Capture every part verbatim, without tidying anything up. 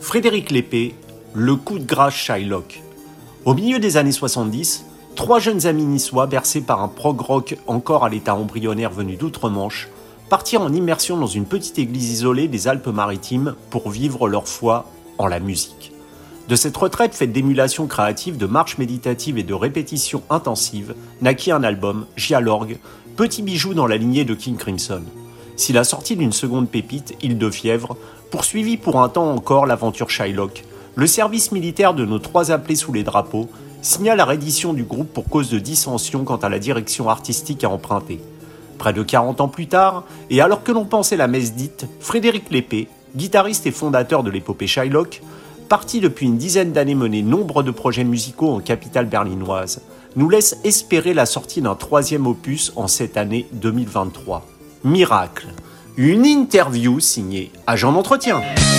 Frédéric Lépée, le coup de grâce Shylock. Au milieu des années soixante-dix, trois jeunes amis niçois bercés par un prog rock encore à l'état embryonnaire venu d'outre-Manche partirent en immersion dans une petite église isolée des Alpes-Maritimes pour vivre leur foi en la musique. De cette retraite faite d'émulation créative, de marches méditatives et de répétitions intensives, naquit un album, J à l'orgue, petit bijou dans la lignée de King Crimson. Si la sortie d'une seconde pépite, Île de Fièvre, poursuivit pour un temps encore l'aventure Shylock, le service militaire de nos trois appelés sous les drapeaux signa la reddition du groupe pour cause de dissension quant à la direction artistique à emprunter. Près de quarante ans plus tard, et alors que l'on pensait la messe dite, Frédéric Lépée, guitariste et fondateur de l'épopée Shylock, parti depuis une dizaine d'années mener nombre de projets musicaux en capitale berlinoise, nous laisse espérer la sortie d'un troisième opus en cette année deux mille vingt-trois. Miracle. Une interview signée Agent d'entretien.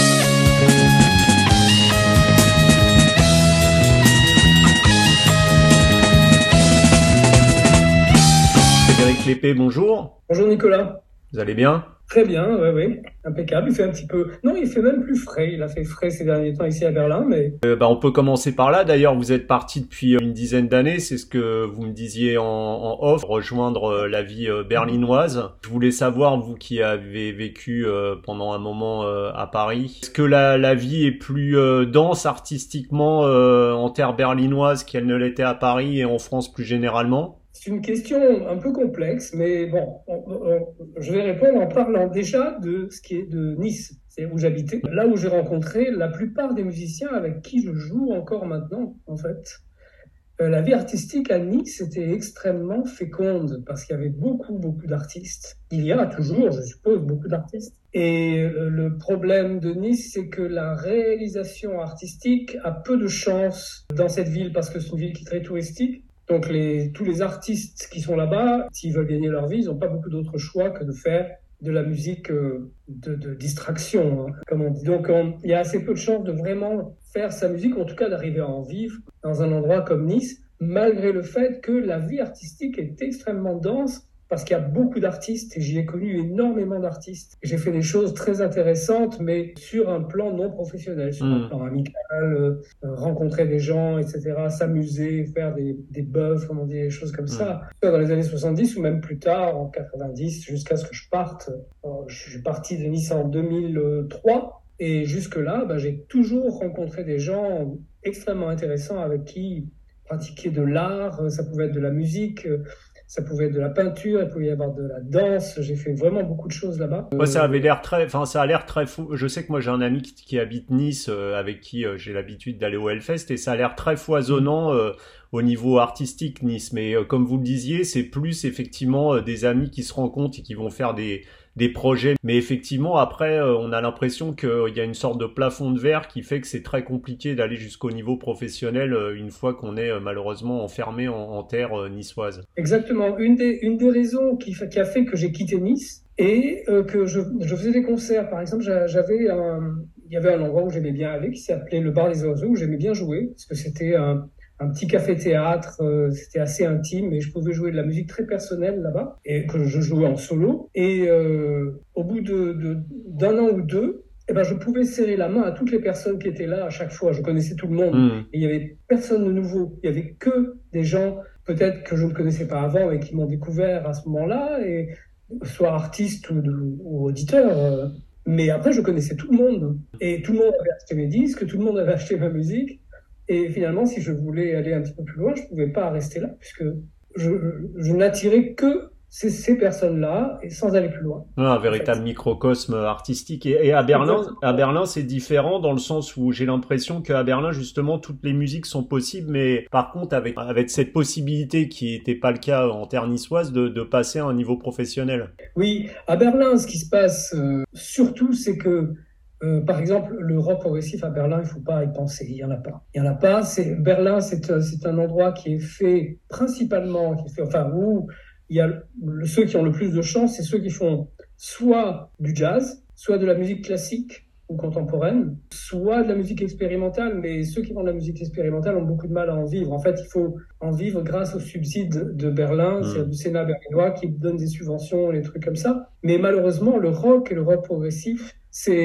Frédéric Lépée, bonjour. Bonjour Nicolas. Vous allez bien ? Très bien, oui, oui, impeccable. Il fait un petit peu... Non, il fait même plus frais. Il a fait frais ces derniers temps ici à Berlin, mais... Euh, bah, on peut commencer par là. D'ailleurs, vous êtes parti depuis une dizaine d'années. C'est ce que vous me disiez en, en off, rejoindre la vie berlinoise. Je voulais savoir, vous qui avez vécu euh, pendant un moment euh, à Paris, est-ce que la, la vie est plus euh, dense artistiquement euh, en terre berlinoise qu'elle ne l'était à Paris et en France plus généralement ? C'est une question un peu complexe, mais bon, on, on, je vais répondre en parlant déjà de ce qui est de Nice, c'est où j'habitais, là où j'ai rencontré la plupart des musiciens avec qui je joue encore maintenant, en fait. Euh, la vie artistique à Nice était extrêmement féconde parce qu'il y avait beaucoup, beaucoup d'artistes. Il y a toujours, je suppose, beaucoup d'artistes. Et euh, le problème de Nice, c'est que la réalisation artistique a peu de chance dans cette ville parce que c'est une ville qui est très touristique. Donc les, tous les artistes qui sont là-bas, s'ils veulent gagner leur vie, ils n'ont pas beaucoup d'autres choix que de faire de la musique euh, de, de distraction, hein, comme on dit. Donc on, il y a assez peu de chances de vraiment faire sa musique, ou en tout cas d'arriver à en vivre dans un endroit comme Nice, malgré le fait que la vie artistique est extrêmement dense, parce qu'il y a beaucoup d'artistes, et j'y ai connu énormément d'artistes. J'ai fait des choses très intéressantes, mais sur un plan non professionnel, sur mmh. un plan amical, euh, rencontrer des gens, et cetera, s'amuser, faire des, des buzz, comme on dit, des choses comme mmh. ça. Dans les années soixante-dix, ou même plus tard, en quatre-vingt-dix, jusqu'à ce que je parte. Je suis parti de Nice en deux mille trois, et jusque-là, bah, j'ai toujours rencontré des gens extrêmement intéressants avec qui pratiquer de l'art, ça pouvait être de la musique, ça pouvait être de la peinture, il pouvait y avoir de la danse. J'ai fait vraiment beaucoup de choses là-bas. Ouais, ça avait l'air très, enfin, ça a l'air très fou. Je sais que moi j'ai un ami qui, qui habite Nice, euh, avec qui euh, j'ai l'habitude d'aller au Hellfest, et ça a l'air très foisonnant euh, au niveau artistique Nice. Mais euh, comme vous le disiez, c'est plus effectivement euh, des amis qui se rencontrent et qui vont faire des des projets. Mais effectivement, après, euh, on a l'impression qu'il euh, y a une sorte de plafond de verre qui fait que c'est très compliqué d'aller jusqu'au niveau professionnel euh, une fois qu'on est euh, malheureusement enfermé en, en terre euh, niçoise. Exactement. Une des, une des raisons qui, qui a fait que j'ai quitté Nice et euh, que je, je faisais des concerts. Par exemple, j'avais un, il y avait un endroit où j'aimais bien aller qui s'appelait le Bar des Oiseaux, où j'aimais bien jouer parce que c'était un un petit café-théâtre, euh, c'était assez intime et je pouvais jouer de la musique très personnelle là-bas et que je jouais en solo. Et euh, au bout de, de, d'un an ou deux, eh ben, je pouvais serrer la main à toutes les personnes qui étaient là à chaque fois. Je connaissais tout le monde mmh. et il y avait personne de nouveau. Il y avait que des gens peut-être que je ne connaissais pas avant et qui m'ont découvert à ce moment-là, et soit artistes ou, ou auditeurs. Euh, mais après, je connaissais tout le monde et tout le monde avait acheté mes disques, tout le monde avait acheté ma musique. Et finalement, si je voulais aller un petit peu plus loin, je ne pouvais pas rester là, puisque je, je n'attirais que ces, ces personnes-là, et sans aller plus loin. Ouais, un véritable en fait. Microcosme artistique. Et, et à Berlin, à Berlin, c'est différent dans le sens où j'ai l'impression qu'à Berlin, justement, toutes les musiques sont possibles, mais par contre, avec, avec cette possibilité qui n'était pas le cas en terre niçoise, de, de passer à un niveau professionnel. Oui, à Berlin, ce qui se passe euh, surtout, c'est que Euh, par exemple, le rock progressif à Berlin, il ne faut pas y penser, il n'y en a pas. Il n'y en a pas. C'est, Berlin, c'est, c'est un endroit qui est fait principalement, qui est fait, enfin, où il y a le, ceux qui ont le plus de chance, c'est ceux qui font soit du jazz, soit de la musique classique ou contemporaine, soit de la musique expérimentale, mais ceux qui font de la musique expérimentale ont beaucoup de mal à en vivre. En fait, il faut en vivre grâce aux subsides de Berlin, mmh. c'est du Sénat berlinois qui donne des subventions, les trucs comme ça. Mais malheureusement, le rock et le rock progressif, c'est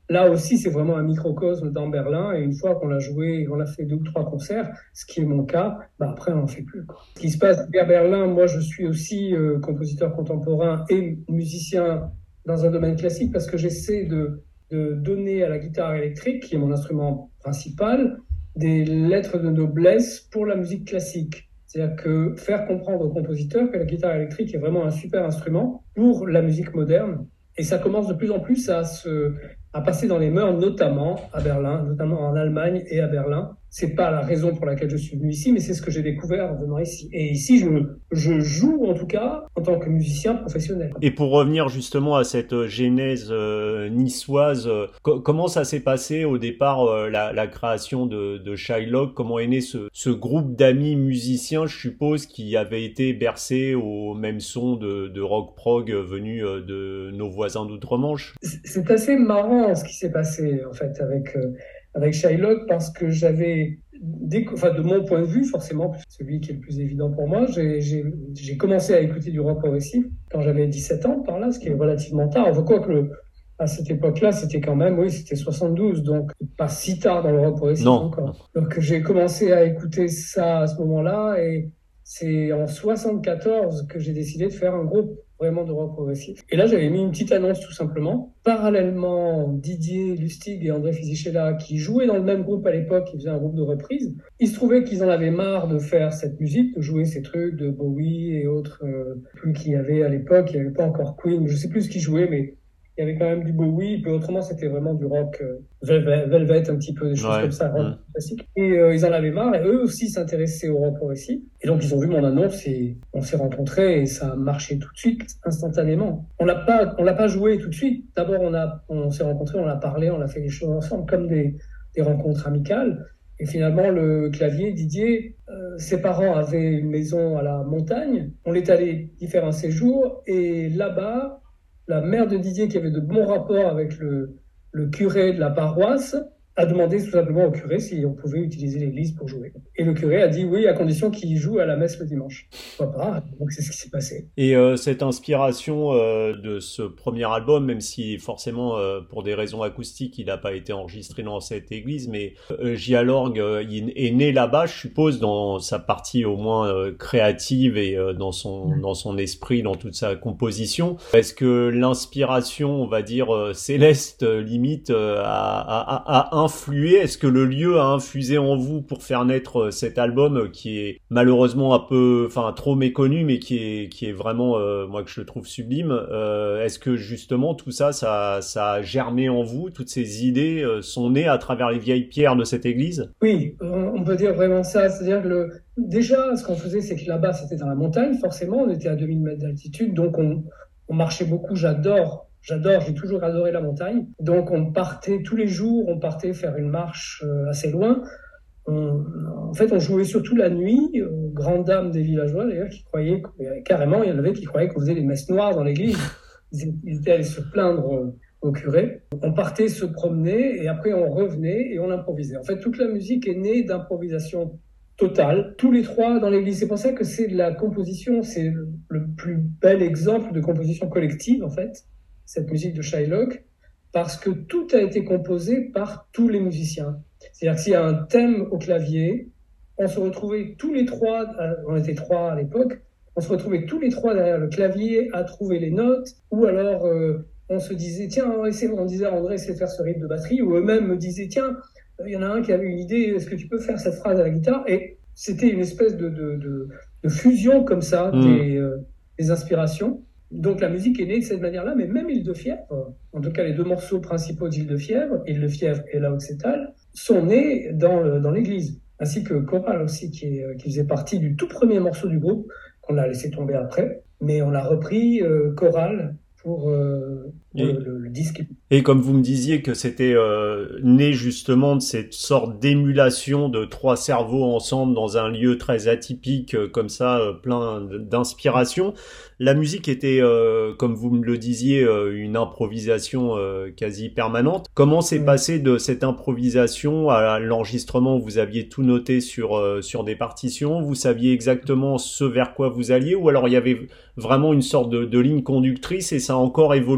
Là aussi, c'est vraiment un microcosme dans Berlin. Et une fois qu'on l'a joué, on a fait deux ou trois concerts, ce qui est mon cas, bah après, on n'en fait plus, quoi. Ce qui se passe à Berlin, moi, je suis aussi euh, compositeur contemporain et musicien dans un domaine classique parce que j'essaie de, de donner à la guitare électrique, qui est mon instrument principal, des lettres de noblesse pour la musique classique. C'est-à-dire que faire comprendre aux compositeurs que la guitare électrique est vraiment un super instrument pour la musique moderne. Et ça commence de plus en plus à se, à passer dans les mœurs, notamment à Berlin, notamment en Allemagne et à Berlin. C'est pas la raison pour laquelle je suis venu ici, mais c'est ce que j'ai découvert en venant ici. Et ici, je, je joue en tout cas en tant que musicien professionnel. Et pour revenir justement à cette genèse euh, niçoise, euh, co- comment ça s'est passé au départ, euh, la, la création de, de Shylock? Comment est né ce, ce groupe d'amis musiciens, je suppose, qui avait été bercé au même son de, de rock prog venu euh, de nos voisins d'outre-Manche? C'est assez marrant ce qui s'est passé en fait avec... Euh, avec Shylock parce que j'avais, enfin de mon point de vue forcément, celui qui est le plus évident pour moi, j'ai, j'ai, j'ai commencé à écouter du rock progressif quand j'avais dix-sept ans par là, ce qui est relativement tard. Enfin quoi que le, à cette époque-là, c'était quand même, oui, c'était soixante-douze, donc pas si tard dans le rock progressif non. encore. Donc j'ai commencé à écouter ça à ce moment-là et c'est en soixante-quatorze que j'ai décidé de faire un groupe vraiment de rock progressif. Et là, j'avais mis une petite annonce tout simplement. Parallèlement, Didier Lustig et André Fisichella, qui jouaient dans le même groupe à l'époque, ils faisaient un groupe de reprise. Il se trouvait qu'ils en avaient marre de faire cette musique, de jouer ces trucs de Bowie et autres, euh, plus qu'il y avait à l'époque. Il n'y avait pas encore Queen, je sais plus ce qu'ils jouaient, mais il y avait quand même du Bowie, puis autrement c'était vraiment du rock euh, Velvet, Velvet, un petit peu des choses ouais. comme ça, rock mmh. classique. Et euh, ils en avaient marre, et eux aussi s'intéressaient au rock progressif. Et donc ils ont vu mon annonce et on s'est rencontrés et ça a marché tout de suite, instantanément. On l'a pas, on l'a pas joué tout de suite. D'abord on a, on s'est rencontrés, on a parlé, on a fait les choses ensemble comme des, des rencontres amicales. Et finalement, le clavier, Didier, euh, ses parents avaient une maison à la montagne. On est allé y faire un séjour et là-bas, la mère de Didier, qui avait de bons rapports avec le, le curé de la paroisse, a demandé tout simplement au curé si on pouvait utiliser l'église pour jouer. Et le curé a dit oui, à condition qu'il joue à la messe le dimanche. Pourquoi pas? Donc c'est ce qui s'est passé. Et euh, cette inspiration euh, de ce premier album, même si forcément euh, pour des raisons acoustiques il n'a pas été enregistré dans cette église, mais euh, Gialorg euh, il est né là-bas, je suppose, dans sa partie au moins euh, créative et euh, dans son mmh. dans son esprit, dans toute sa composition. Est-ce que l'inspiration, on va dire euh, céleste, euh, limite, euh, a, a, a influé? Est-ce que le lieu a infusé en vous pour faire naître cet album qui est malheureusement un peu, enfin trop méconnu, mais qui est qui est vraiment, euh, moi que je trouve sublime. Euh, est-ce que justement tout ça, ça, ça a germé en vous, toutes ces idées euh, sont nées à travers les vieilles pierres de cette église? Oui, on peut dire vraiment ça. C'est-à-dire que le, déjà, ce qu'on faisait, c'est que là-bas, c'était dans la montagne. Forcément, on était à deux mille mètres d'altitude, donc on, on marchait beaucoup. J'adore. J'adore, j'ai toujours adoré la montagne. Donc on partait tous les jours, on partait faire une marche euh, assez loin. On, en fait, on jouait surtout la nuit, euh, grande dame des villageois d'ailleurs, qui croyaient, carrément, il y en avait qui croyaient qu'on faisait des messes noires dans l'église. Ils, ils étaient allés se plaindre euh, au curé. On partait se promener et après on revenait et on improvisait. En fait, toute la musique est née d'improvisation totale. Tous les trois dans l'église. C'est pour ça que c'est de la composition, c'est le, le plus bel exemple de composition collective en fait, cette musique de Shylock, parce que tout a été composé par tous les musiciens. C'est-à-dire que s'il y a un thème au clavier, on se retrouvait tous les trois, on était trois à l'époque, on se retrouvait tous les trois derrière le clavier à trouver les notes, ou alors euh, on se disait, tiens, on, essaie, on disait à André, essaie de faire ce rythme de batterie, ou eux-mêmes me disaient, tiens, il y en a un qui avait une idée, est-ce que tu peux faire cette phrase à la guitare? Et c'était une espèce de, de, de, de fusion comme ça mmh. des, euh, des inspirations. Donc la musique est née de cette manière-là, mais même Île de Fièvre, en tout cas les deux morceaux principaux d'Île de Fièvre, Île de Fièvre et La Haute-Sétale, sont nés dans, le, dans l'église, ainsi que Choral aussi, qui, est, qui faisait partie du tout premier morceau du groupe, qu'on a laissé tomber après, mais on a repris euh, Choral pour, euh, pour le, le, le disque. Et comme vous me disiez que c'était euh, né justement de cette sorte d'émulation de trois cerveaux ensemble dans un lieu très atypique, euh, comme ça, euh, plein d'inspiration, la musique était, euh, comme vous me le disiez, euh, une improvisation euh, quasi permanente. Comment s'est mmh. passé de cette improvisation à l'enregistrement? Vous aviez tout noté sur, euh, sur des partitions, vous saviez exactement ce vers quoi vous alliez, ou alors il y avait vraiment une sorte de, de ligne conductrice et ça a encore évolué pendant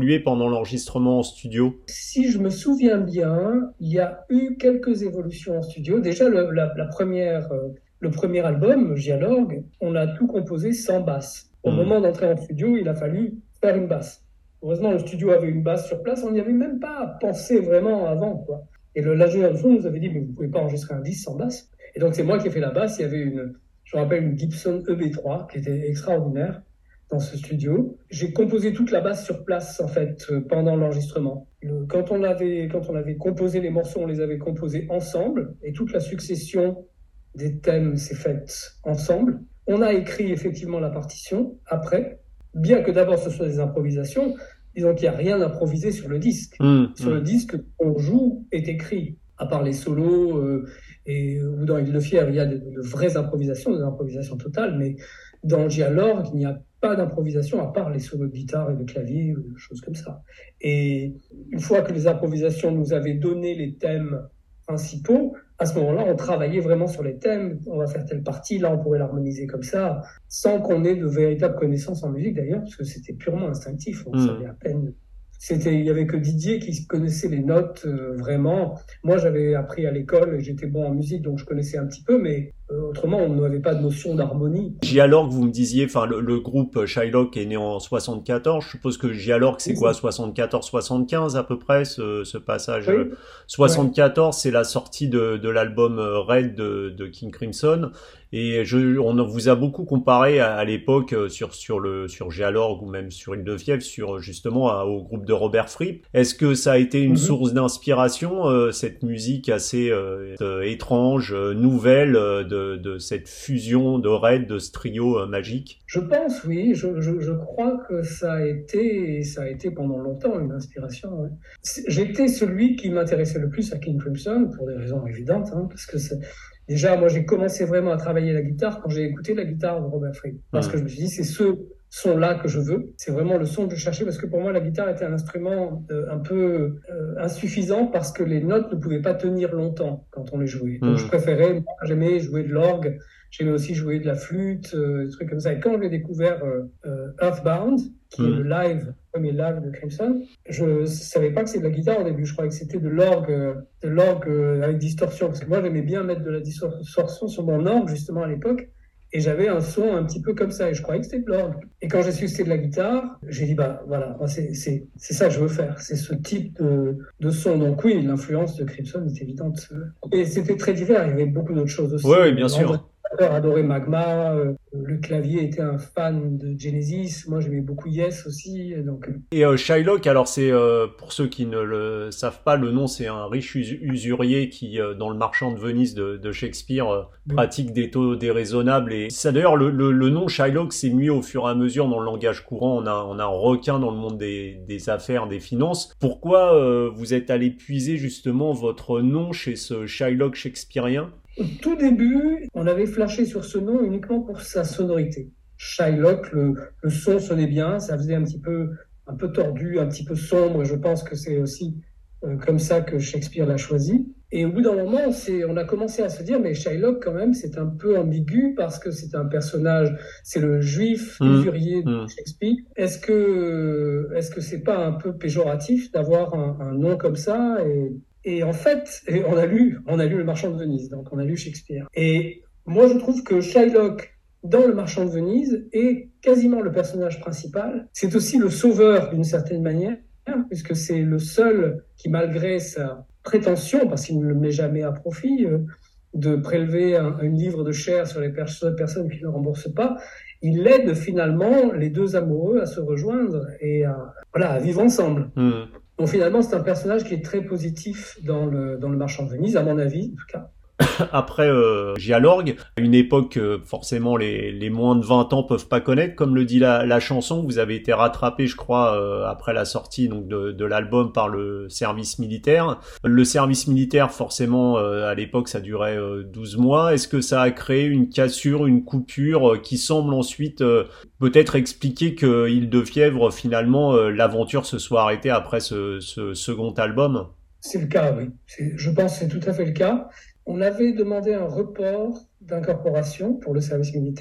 pendant l'enregistrement en studio? Si je me souviens bien, il y a eu quelques évolutions en studio. Déjà, le, la, la première, euh, le premier album, Gialorg, on a tout composé sans basse. Au mmh. moment d'entrer en studio, il a fallu faire une basse. Heureusement, le studio avait une basse sur place. On n'y avait même pas pensé vraiment avant, quoi. Et le, l'ingénieur de son nous avait dit, mais vous ne pouvez pas enregistrer un disque sans basse. Et donc, c'est moi qui ai fait la basse. Il y avait une, je me rappelle, une Gibson E B trois qui était extraordinaire dans ce studio. J'ai composé toute la basse sur place, en fait, pendant l'enregistrement. Le, quand on avait, quand on avait composé les morceaux, on les avait composés ensemble. Et toute la succession des thèmes s'est faite ensemble. On a écrit effectivement la partition après, bien que d'abord ce soit des improvisations. Disons qu'il n'y a rien d'improvisé sur le disque. Mmh, sur mmh. le disque, on joue est écrit, à part les solos, euh, et, ou dans Île de Fièvre, il y a de, de vraies improvisations, des improvisations totales, mais dans Gialorg, il n'y a pas d'improvisation à part les solos de guitare et de clavier, ou des choses comme ça. Et une fois que les improvisations nous avaient donné les thèmes principaux, à ce moment-là, on travaillait vraiment sur les thèmes. On va faire telle partie, là, on pourrait l'harmoniser comme ça, sans qu'on ait de véritables connaissances en musique, d'ailleurs, parce que c'était purement instinctif. On mmh. savait à peine. C'était, il y avait que Didier qui connaissait les notes euh, vraiment. Moi, j'avais appris à l'école et j'étais bon en musique, donc je connaissais un petit peu, mais euh, autrement, on n'avait pas de notion d'harmonie. Gialorg, vous me disiez, enfin, le, le groupe Shylock est né en soixante-quatorze. Je suppose que Gialorg, c'est oui, quoi, soixante-quatorze soixante-quinze à peu près, ce, ce passage. Oui. soixante-quatorze, ouais. C'est la sortie de, de l'album Red de, de King Crimson. Et je, on vous a beaucoup comparé à, à l'époque sur sur le sur Gialorg ou même sur Île de Fièvre, sur justement à, au groupe de Robert Fripp. Est-ce que ça a été une mm-hmm. source d'inspiration, euh, cette musique assez euh, euh, étrange, euh, nouvelle, euh, de, de cette fusion de Red, de ce trio euh, magique? Je pense, oui. Je, je, je crois que ça a été, et ça a été pendant longtemps une inspiration. Ouais. J'étais celui qui m'intéressait le plus à King Crimson pour des raisons évidentes, hein, parce que c'est déjà, moi, j'ai commencé vraiment à travailler la guitare quand j'ai écouté la guitare de Robert Fripp. Parce mmh. que je me suis dit, c'est ce son-là que je veux. C'est vraiment le son que je cherchais parce que pour moi, la guitare était un instrument euh, un peu euh, insuffisant parce que les notes ne pouvaient pas tenir longtemps quand on les jouait. Donc, mmh. je préférais, moi, j'aimais jouer de l'orgue. J'aimais aussi jouer de la flûte, euh, des trucs comme ça. Et quand j'ai découvert euh, euh, Earthbound, qui mmh. est le live, le premier live de Crimson, je savais pas que c'était de la guitare au début. Je croyais que c'était de l'orgue, de l'orgue euh, avec distorsion. Parce que moi, j'aimais bien mettre de la distorsion sur mon orgue, justement, à l'époque. Et j'avais un son un petit peu comme ça. Et je croyais que c'était de l'orgue. Et quand j'ai su que c'était de la guitare, j'ai dit, bah voilà, c'est, c'est, c'est ça que je veux faire. C'est ce type de, de son. Donc oui, l'influence de Crimson est évidente. Et c'était très divers. Il y avait beaucoup d'autres choses aussi. Oui, oui, bien sûr. Adoré Magma, euh, le clavier était un fan de Genesis, moi j'aimais beaucoup Yes aussi. Donc... Et euh, Shylock, alors c'est, euh, pour ceux qui ne le savent pas, le nom c'est un riche us- usurier qui, euh, dans le Marchand de Venise de, de Shakespeare, euh, oui. pratique des taux déraisonnables. Et ça d'ailleurs, le, le, le nom Shylock s'est mué au fur et à mesure dans le langage courant. On a, on a un requin dans le monde des, des affaires, des finances. Pourquoi euh, vous êtes allé puiser justement votre nom chez ce Shylock shakespearien ? Au tout début, on avait flashé sur ce nom uniquement pour sa sonorité. Shylock, le, le son sonnait bien, ça faisait un petit peu, un peu tordu, un petit peu sombre, et je pense que c'est aussi euh, comme ça que Shakespeare l'a choisi. Et au bout d'un moment, c'est, on a commencé à se dire, mais Shylock, quand même, c'est un peu ambigu parce que c'est un personnage, c'est le juif mmh. usurier de mmh. Shakespeare. Est-ce que, est-ce que c'est pas un peu péjoratif d'avoir un, un nom comme ça et Et en fait, on a lu, on a lu Le Marchand de Venise, donc on a lu Shakespeare. Et moi, je trouve que Shylock, dans Le Marchand de Venise, est quasiment le personnage principal. C'est aussi le sauveur, d'une certaine manière, puisque c'est le seul qui, malgré sa prétention, parce qu'il ne le met jamais à profit, de prélever un, un livre de chair sur les personnes qui ne le remboursent pas, il aide finalement les deux amoureux à se rejoindre et à, voilà, à vivre ensemble. Mmh. Donc finalement, c'est un personnage qui est très positif dans le, dans le Marchand de Venise, à mon avis, en tout cas. Après euh, Gialorg, une époque euh, forcément les, les moins de vingt ans peuvent pas connaître, comme le dit la, la chanson. Vous avez été rattrapé, je crois, euh, après la sortie donc de, de l'album par le service militaire. Le service militaire, forcément, euh, à l'époque, ça durait euh, douze mois. Est-ce que ça a créé une cassure, une coupure euh, qui semble ensuite euh, peut-être expliquer que Île de Fièvre, finalement, euh, l'aventure se soit arrêtée après ce, ce second album? C'est le cas, oui. C'est, je pense que c'est tout à fait le cas. On avait demandé un report d'incorporation pour le service militaire.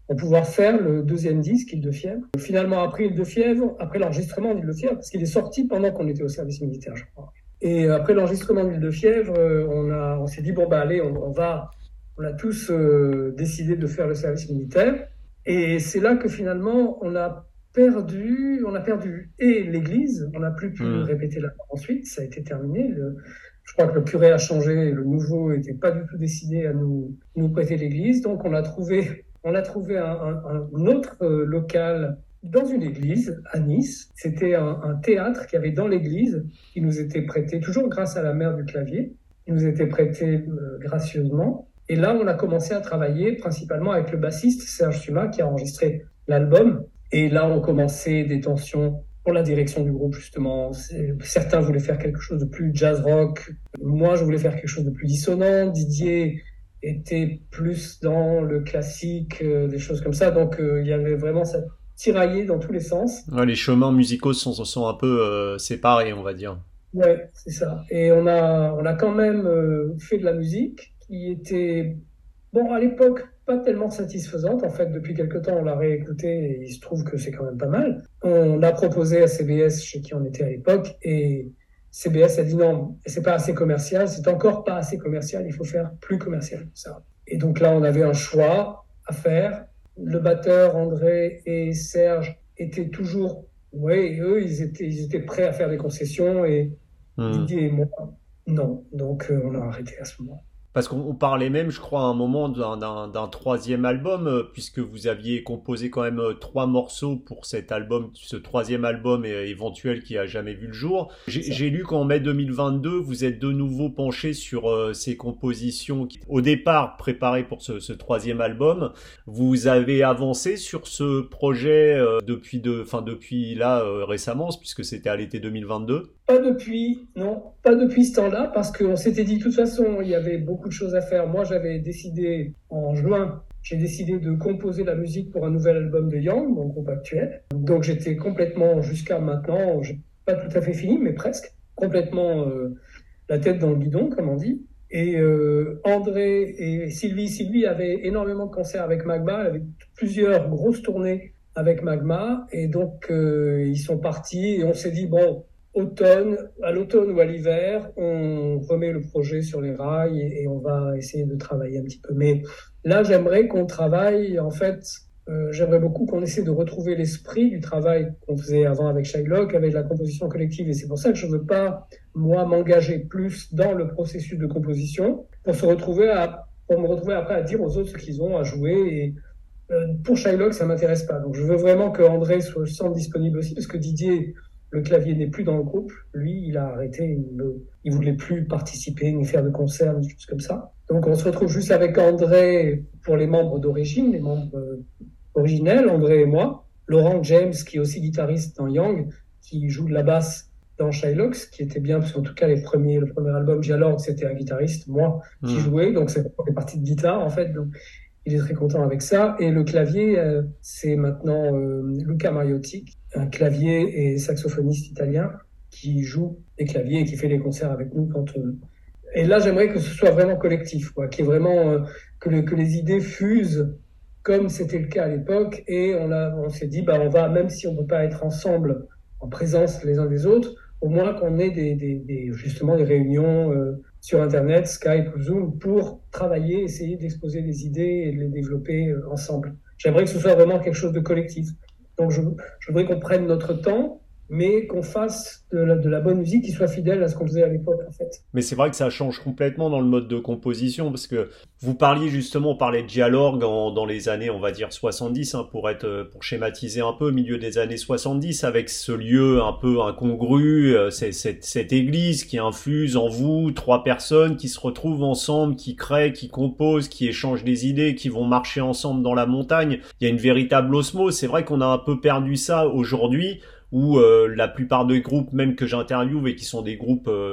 pour pouvoir faire le deuxième disque, Île de Fièvre. Finalement, après Île de Fièvre, après l'enregistrement d'Île de Fièvre, parce qu'il est sorti pendant qu'on était au service militaire, je crois. Et après l'enregistrement d'Île de Fièvre, on, a, on s'est dit, bon, bah allez, on, on va, on a tous euh, décidé de faire le service militaire. Et c'est là que finalement, on a perdu, on a perdu et l'église, on n'a plus pu mmh. répéter là ensuite, ça a été terminé. Le, je crois que le curé a changé, le nouveau n'était pas du tout décidé à nous, nous prêter l'église, donc on a trouvé, on a trouvé un, un, un autre euh, local dans une église à Nice. C'était un, un théâtre qu'il y avait dans l'église qui nous était prêté, toujours grâce à la mère du clavier, qui nous était prêté euh, gracieusement. Et là, on a commencé à travailler principalement avec le bassiste Serge Suma qui a enregistré l'album. Et là, on commençait des tensions pour la direction du groupe, justement. Certains voulaient faire quelque chose de plus jazz rock. Moi, je voulais faire quelque chose de plus dissonant. Didier était plus dans le classique, euh, des choses comme ça. Donc, euh, il y avait vraiment ça tiraillé dans tous les sens. Ouais, les chemins musicaux sont, sont un peu euh, séparés, on va dire. Ouais, c'est ça. Et on a, on a quand même euh, fait de la musique qui était, bon, à l'époque, pas tellement satisfaisante. En fait, depuis quelque temps, on l'a réécouté et il se trouve que c'est quand même pas mal. On l'a proposé à C B S, chez qui on était à l'époque, et C B S a dit non, c'est pas assez commercial, c'est encore pas assez commercial, il faut faire plus commercial que ça. Et donc là, on avait un choix à faire. Le batteur, André et Serge étaient toujours, ouais, eux, ils étaient, ils étaient prêts à faire des concessions, et mmh. Didier et moi, non. Donc, euh, on a arrêté à ce moment-là. Parce qu'on parlait même, je crois, à un moment d'un, d'un, d'un troisième album, euh, puisque vous aviez composé quand même euh, trois morceaux pour cet album, ce troisième album euh, éventuel qui a jamais vu le jour. J'ai, j'ai lu qu'en mai deux mille vingt-deux, vous êtes de nouveau penché sur euh, ces compositions qui, au départ, préparées pour ce, ce troisième album. Vous avez avancé sur ce projet euh, depuis, de, enfin, depuis là euh, récemment, puisque c'était à l'été deux mille vingt-deux. Pas depuis, non, pas depuis ce temps-là, parce qu'on s'était dit, de toute façon, il y avait beaucoup de choses à faire. Moi, j'avais décidé, en juin, j'ai décidé de composer la musique pour un nouvel album de Yang, mon groupe actuel. Donc, j'étais complètement, jusqu'à maintenant, j'ai pas tout à fait fini, mais presque, complètement euh, la tête dans le guidon, comme on dit. Et euh, André et Sylvie, Sylvie avait énormément de concerts avec Magma, avec plusieurs grosses tournées avec Magma, et donc euh, ils sont partis, et on s'est dit, bon, automne, à l'automne ou à l'hiver, on remet le projet sur les rails et, et on va essayer de travailler un petit peu. Mais là, j'aimerais qu'on travaille, en fait, euh, j'aimerais beaucoup qu'on essaie de retrouver l'esprit du travail qu'on faisait avant avec Shylock, avec la composition collective. Et c'est pour ça que je ne veux pas, moi, m'engager plus dans le processus de composition pour se retrouver à, pour me retrouver après à dire aux autres ce qu'ils ont à jouer. Et euh, pour Shylock, ça m'intéresse pas. Donc, je veux vraiment que André soit, se sente disponible aussi, parce que Didier, le clavier n'est plus dans le groupe. Lui, il a arrêté. Il ne il voulait plus participer, ni faire de concerts, ni des choses comme ça. Donc, on se retrouve juste avec André pour les membres d'origine, les membres euh, originels, André et moi. Laurent James, qui est aussi guitariste dans Yang, qui joue de la basse dans Shylock, ce qui était bien, parce qu'en tout cas, les premiers, le premier album, Dialogue, c'était un guitariste, moi, mmh. qui jouait. Donc, c'est des parties de guitare, en fait. Donc, il est très content avec ça. Et le clavier, euh, c'est maintenant euh, Luca Mariotti, un clavier et saxophoniste italien qui joue des claviers et qui fait les concerts avec nous quand on... Et là, j'aimerais que ce soit vraiment collectif, quoi, qu'il y ait vraiment euh, que, le, que les idées fusent comme c'était le cas à l'époque. Et on, a, on s'est dit, bah, on va, même si on ne peut pas être ensemble en présence les uns des autres, au moins qu'on ait des, des, des, justement des réunions euh, sur Internet, Skype ou Zoom, pour travailler, essayer d'exposer des idées et de les développer euh, ensemble. J'aimerais que ce soit vraiment quelque chose de collectif. Donc, je, je voudrais qu'on prenne notre temps, mais qu'on fasse de la, de la bonne musique qui soit fidèle à ce qu'on faisait à l'époque, en fait. Mais c'est vrai que ça change complètement dans le mode de composition, parce que vous parliez justement, on parlait de Dialogue en, dans les années, on va dire, soixante-dix, hein, pour être, pour schématiser un peu, au milieu des années soixante-dix, avec ce lieu un peu incongru, euh, c'est, cette, cette église qui infuse en vous trois personnes qui se retrouvent ensemble, qui créent, qui composent, qui échangent des idées, qui vont marcher ensemble dans la montagne. Il y a une véritable osmose. C'est vrai qu'on a un peu perdu ça aujourd'hui, où euh, la plupart des groupes, même que j'interviewe et qui sont des groupes euh,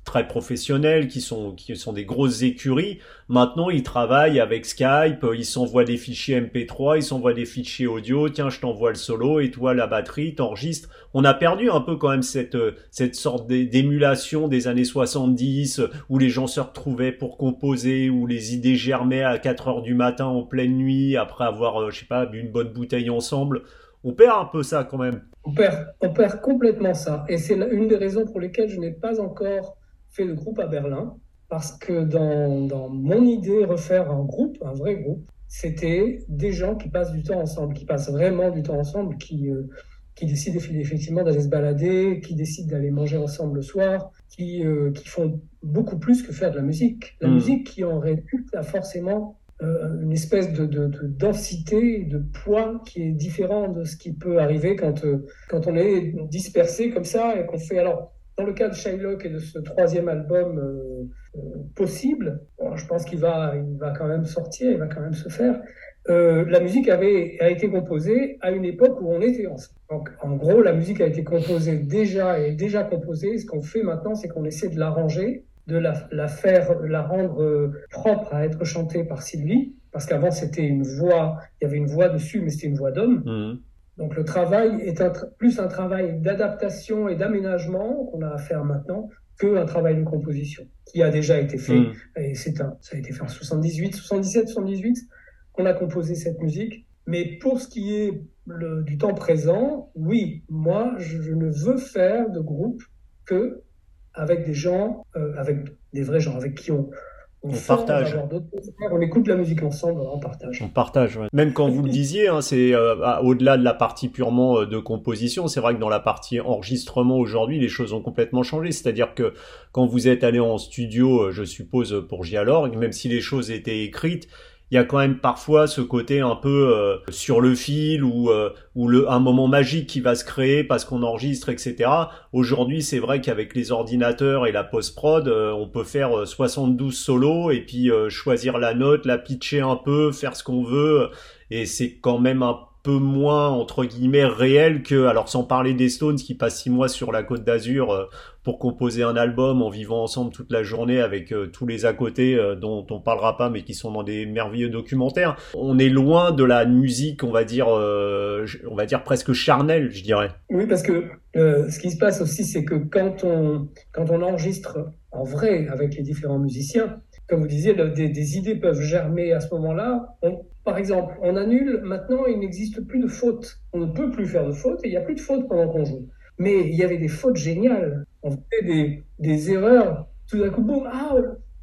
très professionnels, qui sont qui sont des grosses écuries. Maintenant, ils travaillent avec Skype, ils s'envoient des fichiers M P trois, ils s'envoient des fichiers audio. Tiens, je t'envoie le solo et toi la batterie, t'enregistres. On a perdu un peu quand même cette cette sorte d'émulation des années soixante-dix où les gens se retrouvaient pour composer, où les idées germaient à quatre heures du matin en pleine nuit après avoir, je sais pas, bu une bonne bouteille ensemble. On perd un peu ça quand même. On perd, on perd complètement ça. Et c'est une des raisons pour lesquelles je n'ai pas encore fait le groupe à Berlin. Parce que dans, dans mon idée, refaire un groupe, un vrai groupe, c'était des gens qui passent du temps ensemble, qui passent vraiment du temps ensemble, qui, euh, qui décident effectivement d'aller se balader, qui décident d'aller manger ensemble le soir, qui, euh, qui font beaucoup plus que faire de la musique. La mmh. musique qui en résulte a forcément euh, une espèce de, de, de densité, de poids qui est différent de ce qui peut arriver quand, euh, quand on est dispersé comme ça et qu'on fait... Alors, dans le cas de Shylock et de ce troisième album euh, euh, possible, bon, je pense qu'il va, il va quand même sortir, il va quand même se faire. Euh, la musique avait, a été composée à une époque où on était ensemble. Donc, en gros, la musique a été composée déjà et déjà composée. Ce qu'on fait maintenant, c'est qu'on essaie de l'arranger, de la, la faire, la rendre euh, propre à être chantée par Sylvie, parce qu'avant c'était une voix, il y avait une voix dessus, mais c'était une voix d'homme. Mmh. Donc le travail est un, plus un travail d'adaptation et d'aménagement qu'on a à faire maintenant qu'un travail de composition qui a déjà été fait. Mmh. Et c'est un, ça a été fait en soixante-dix-huit, soixante-dix-sept, soixante-dix-huit qu'on a composé cette musique. Mais pour ce qui est le, du temps présent, oui, moi je, je ne veux faire de groupe que avec des gens, euh, avec des vrais gens, avec qui on On, on sent, partage. On, on écoute de la musique ensemble, on partage. On partage, ouais. Même quand vous le disiez, hein, c'est euh, au-delà de la partie purement euh, de composition, c'est vrai que dans la partie enregistrement aujourd'hui, les choses ont complètement changé. C'est-à-dire que quand vous êtes allé en studio, euh, je suppose pour J-Alorg, même si les choses étaient écrites, il y a quand même parfois ce côté un peu euh, sur le fil ou euh, ou le un moment magique qui va se créer parce qu'on enregistre, et cetera. Aujourd'hui, c'est vrai qu'avec les ordinateurs et la post-prod, euh, on peut faire soixante-douze solos et puis euh, choisir la note, la pitcher un peu, faire ce qu'on veut. Et c'est quand même un peu moins, entre guillemets, réel que, alors sans parler des Stones qui passent six mois sur la Côte d'Azur euh, pour composer un album en vivant ensemble toute la journée avec euh, tous les à côté euh, dont on parlera pas mais qui sont dans des merveilleux documentaires. On est loin de la musique, on va dire, euh, on va dire presque charnelle, je dirais. Oui, parce que euh, ce qui se passe aussi, c'est que quand on, quand on enregistre en vrai avec les différents musiciens, comme vous disiez, des, des idées peuvent germer à ce moment-là. On, par exemple, on annule, maintenant il n'existe plus de fautes. On ne peut plus faire de fautes et il n'y a plus de fautes pendant qu'on joue. Mais il y avait des fautes géniales. On faisait des, des erreurs. Tout d'un coup, boum, ah,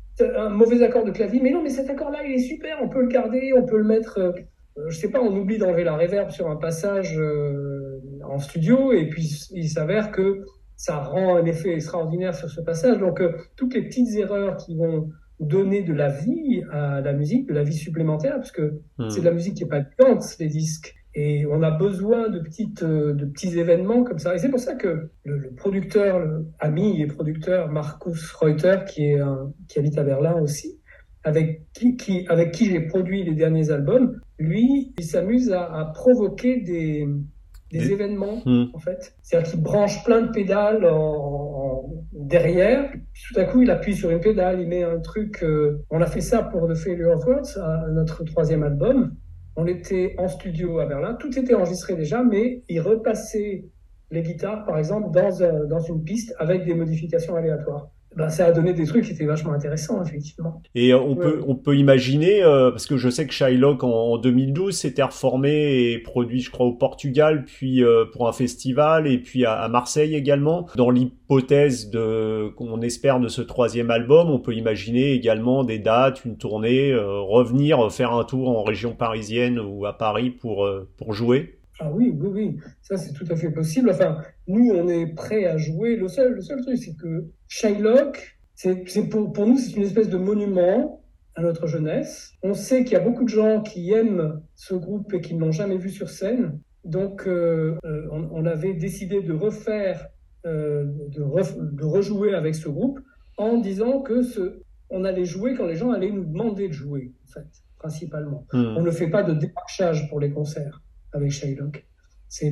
un mauvais accord de clavier. Mais non, mais cet accord-là, il est super. On peut le garder, on peut le mettre. Euh, je sais pas, on oublie d'enlever la reverb sur un passage euh, en studio et puis il s'avère que ça rend un effet extraordinaire sur ce passage. Donc, euh, toutes les petites erreurs qui vont donner de la vie à la musique, de la vie supplémentaire, parce que mmh. c'est de la musique qui est pas palpitante, les disques. Et on a besoin de, petites, de petits événements comme ça. Et c'est pour ça que le, le producteur, le ami et producteur Markus Reuter, qui, est un, qui habite à Berlin aussi, avec qui, qui, avec qui j'ai produit les derniers albums, lui, il s'amuse à, à provoquer des, des, des... événements, mmh. en fait. C'est-à-dire qu'il branche plein de pédales en, en, derrière, puis tout à coup, il appuie sur une pédale, il met un truc... Euh, on a fait ça pour The Failure of Words, notre troisième album. On était en studio à Berlin, tout était enregistré déjà, mais il repassait les guitares, par exemple, dans, un, dans une piste avec des modifications aléatoires. Ben, ça a donné des trucs qui étaient vachement intéressants, effectivement. Et euh, on, ouais. peut, on peut imaginer, euh, parce que je sais que Shylock, en, en deux mille douze, s'était reformé et produit, je crois, au Portugal, puis euh, pour un festival, et puis à, à Marseille également. Dans l'hypothèse de, qu'on espère de ce troisième album, on peut imaginer également des dates, une tournée, euh, revenir, faire un tour en région parisienne ou à Paris pour, euh, pour jouer. Ah oui, oui, oui, ça c'est tout à fait possible. Enfin, nous, on est prêts à jouer. Le seul, le seul truc, c'est que Shylock, c'est, c'est pour, pour nous, c'est une espèce de monument à notre jeunesse. On sait qu'il y a beaucoup de gens qui aiment ce groupe et qui ne l'ont jamais vu sur scène. Donc, euh, on, on avait décidé de refaire, euh, de, ref, de rejouer avec ce groupe en disant que ce, on allait jouer quand les gens allaient nous demander de jouer, en fait, principalement. Mmh. On ne fait pas de démarchage pour les concerts avec Shylock. C'est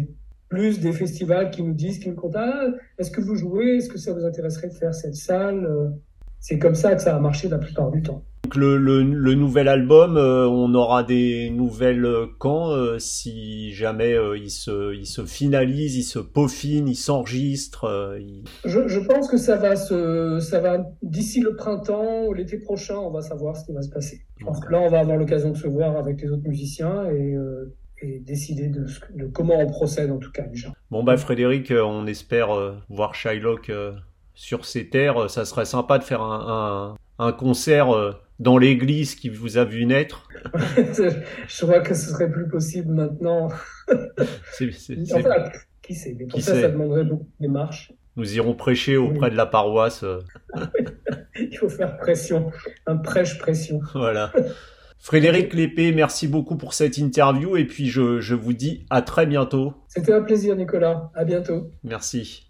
plus des festivals qui nous disent, qui nous contactent, ah, est-ce que vous jouez, est-ce que ça vous intéresserait de faire cette salle? C'est comme ça que ça a marché la plupart du temps. Donc le, le, le nouvel album, euh, on aura des nouvelles quand, euh, si jamais euh, il, se, il se finalise, il se peaufine, il s'enregistre. Euh, il... je, je pense que ça va se, ça va d'ici le printemps ou l'été prochain, on va savoir ce qui va se passer. Je pense que là, on va avoir l'occasion de se voir avec les autres musiciens et, euh, et décider de, de comment on procède en tout cas déjà. Bon bah Frédéric, on espère euh, voir Shylock euh, sur ces terres. Ça serait sympa de faire un, un, un concert euh, dans l'église qui vous a vu naître. Je crois que ce serait plus possible maintenant. c'est, c'est, enfin, c'est... qui sait, mais pour qui ça, sait. ça demanderait beaucoup de démarches. Nous irons prêcher auprès oui. de la paroisse. Il faut faire pression, un prêche-pression. Voilà. Frédéric Lépée, merci beaucoup pour cette interview et puis je, je vous dis à très bientôt. C'était un plaisir Nicolas, à bientôt. Merci.